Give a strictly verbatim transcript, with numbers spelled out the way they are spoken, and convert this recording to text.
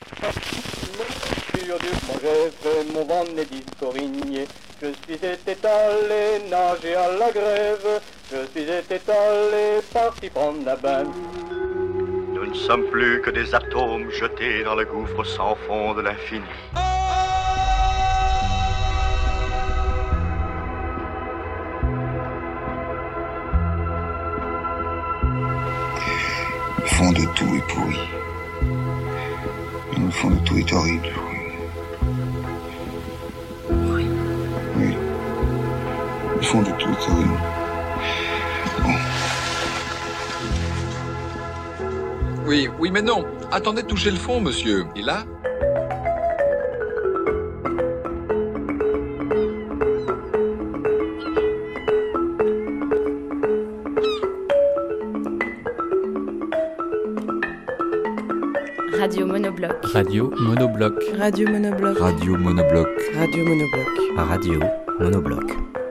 Moi j'ai fait mon Vendée Corigné. Je suis été allé nager à la grève. Je suis été allé parti prendre la bain. Nous ne sommes plus que des atomes jetés dans le gouffre sans fond de l'infini. Le fond de tout est pourri. Le fond de tout est horrible. Oui. Oui. Le fond de tout est horrible. Bon. Oui, oui, mais non. Attendez de toucher le fond, monsieur. Et là ? Radio Monobloc. Radio Monobloc. Radio Monobloc. Radio Monobloc. Radio Monobloc. Radio Monobloc.